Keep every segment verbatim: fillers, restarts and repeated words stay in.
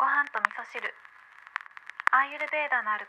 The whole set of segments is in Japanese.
ご飯と味噌汁、アーユルベーダのある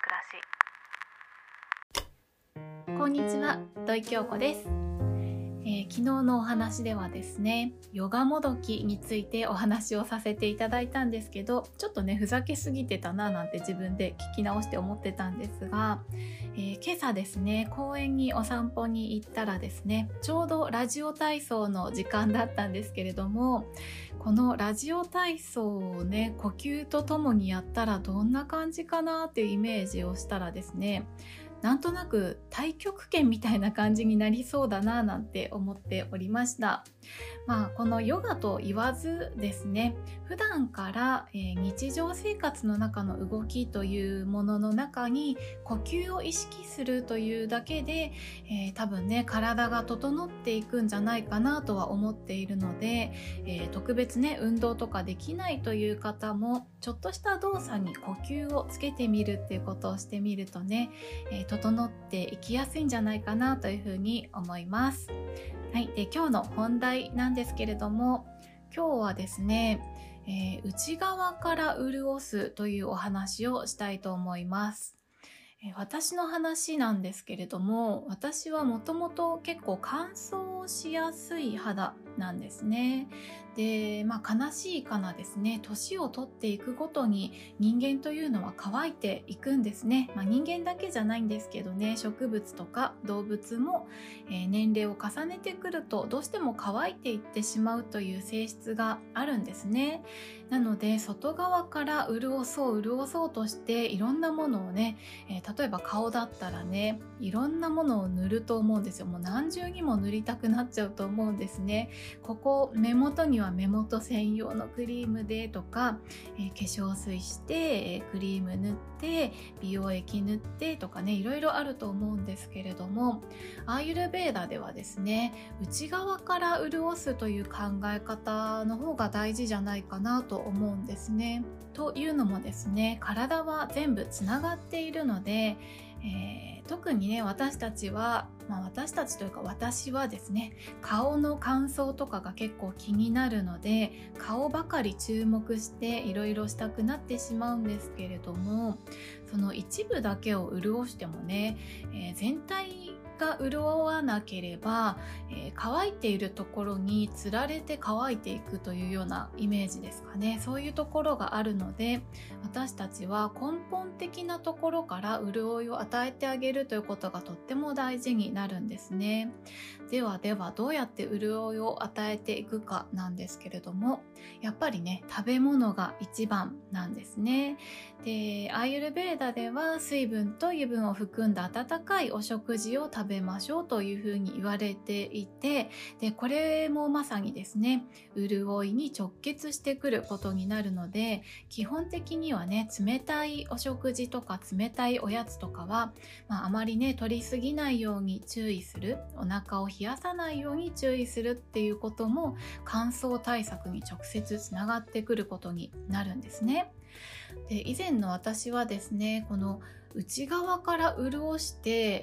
暮らし。 こんにちは、土井京子です、えー、昨日のお話ではですね、ヨガもどきについてお話をさせていただいたんですけど、ちょっとねふざけすぎてたななんて自分で聞き直して思ってたんですが、えー、今朝ですね、公園にお散歩に行ったらですね、ちょうどラジオ体操の時間だったんですけれども、このラジオ体操をね、呼吸とともにやったらどんな感じかなっていうイメージをしたらですね、なんとなく太極拳みたいな感じになりそうだななんて思っておりました。まあ、このヨガと言わずですね、普段から、えー、日常生活の中の動きというものの中に呼吸を意識するというだけで、えー、多分ね体が整っていくんじゃないかなとは思っているので、えー、特別ね運動とかできないという方もちょっとした動作に呼吸をつけてみるっていうことをしてみるとね、えー、整っていきやすいんじゃないかなというふうに思います。はい、で今日の本題なんですけれども、今日はですね、えー、内側から潤すというお話をしたいと思います。えー、私の話なんですけれども、私はもともと結構乾燥しやすい肌なんですね。で、まあ悲しいかなですね、年を取っていくごとに人間というのは乾いていくんですね。まあ、人間だけじゃないんですけどね、植物とか動物も、えー、年齢を重ねてくるとどうしても乾いていってしまうという性質があるんですね。なので外側から潤そう潤そうとしていろんなものをね、えー、例えば顔だったらね、いろんなものを塗ると思うんですよ。もう何重にも塗りたくなっちゃうと思うんですね。ここ目元には目元専用のクリームでとか、えー、化粧水して、えー、クリーム塗って美容液塗ってとかね、いろいろあると思うんですけれども、アーユルベーダではですね、内側から潤すという考え方の方が大事じゃないかなと思うんですね。というのもですね、体は全部つながっているので、えー、特にね私たちは、まあ、私たちというか私はですね、顔の乾燥とかが結構気になるので、顔ばかり注目していろいろしたくなってしまうんですけれども、その一部だけを潤してもね、えー、全体が潤わなければ、えー、乾いているところにつられて乾いていくというようなイメージですかね。そういうところがあるので、私たちは根本的なところから潤いを与えてあげるということがとっても大事になるんですね。ではではどうやって潤いを与えていくかなんですけれども、やっぱりね食べ物が一番なんですね。でアーユルベーダでは水分と油分を含んだ温かいお食事を食べましょうというふうに言われていて、でこれもまさにですね、潤いに直結してくることになるので、基本的にはね冷たいお食事とか冷たいおやつとかは、まあ、あまりね取りすぎないように注意する、お腹を冷やさないように注意するっていうことも乾燥対策に直接つながってくることになるんですね。で以前の私はですね、この内側から潤して、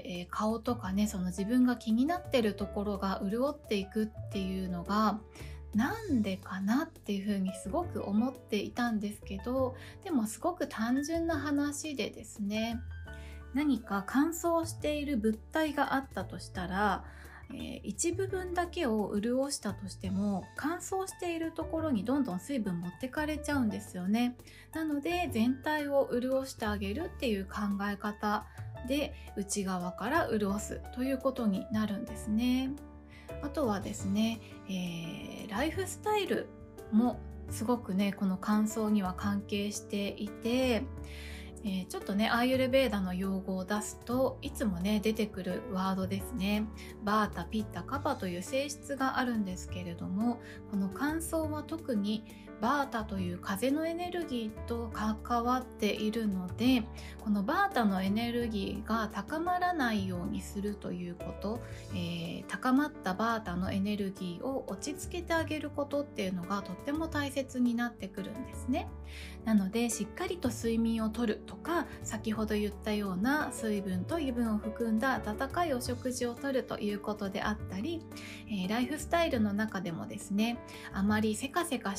えー、顔とかね、その自分が気になってるところが潤っていくっていうのがなんでかなっていうふうにすごく思っていたんですけど、でもすごく単純な話でですね、何か乾燥している物体があったとしたら、えー、一部分だけを潤したとしても乾燥しているところにどんどん水分持ってかれちゃうんですよね。なので全体を潤してあげるっていう考え方で内側から潤すということになるんですね。あとはですね、えー、ライフスタイルもすごくねこの乾燥には関係していて、えー、ちょっとねアーユルベーダの用語を出すといつもね出てくるワードですね。バータ、ピッタ、カパという性質があるんですけれども、この乾燥は特にバータという風のエネルギーと関わっているので、このバータのエネルギーが高まらないようにするということ、えー、高まったバータのエネルギーを落ち着けてあげることっていうのがとっても大切になってくるんですね。なのでしっかりと睡眠をとるとか、先ほど言ったような水分と油分を含んだ温かいお食事をとるということであったり、えー、ライフスタイルの中でもですね、あまりせかせかしたこと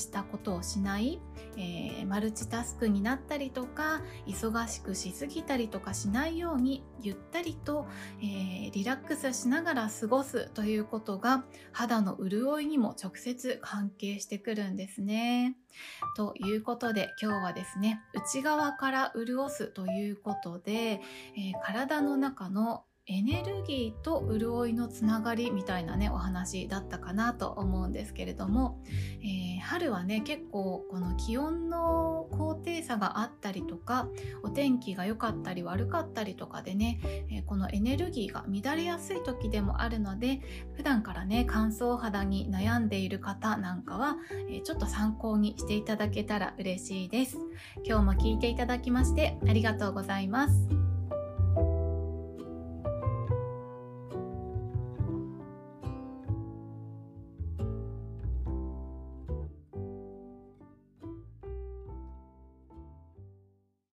ことをしない、えー、マルチタスクになったりとか忙しくしすぎたりとかしないようにゆったりと、えー、リラックスしながら過ごすということが肌の潤いにも直接関係してくるんですね。ということで今日はですね、内側から潤すということで、えー、体の中のエネルギーと潤いのつながりみたいなねお話だったかなと思うんですけれども、えー、春はね結構この気温の高低差があったりとかお天気が良かったり悪かったりとかでね、えー、このエネルギーが乱れやすい時でもあるので、普段からね乾燥肌に悩んでいる方なんかは、えー、ちょっと参考にしていただけたら嬉しいです。今日も聞いていただきましてありがとうございます。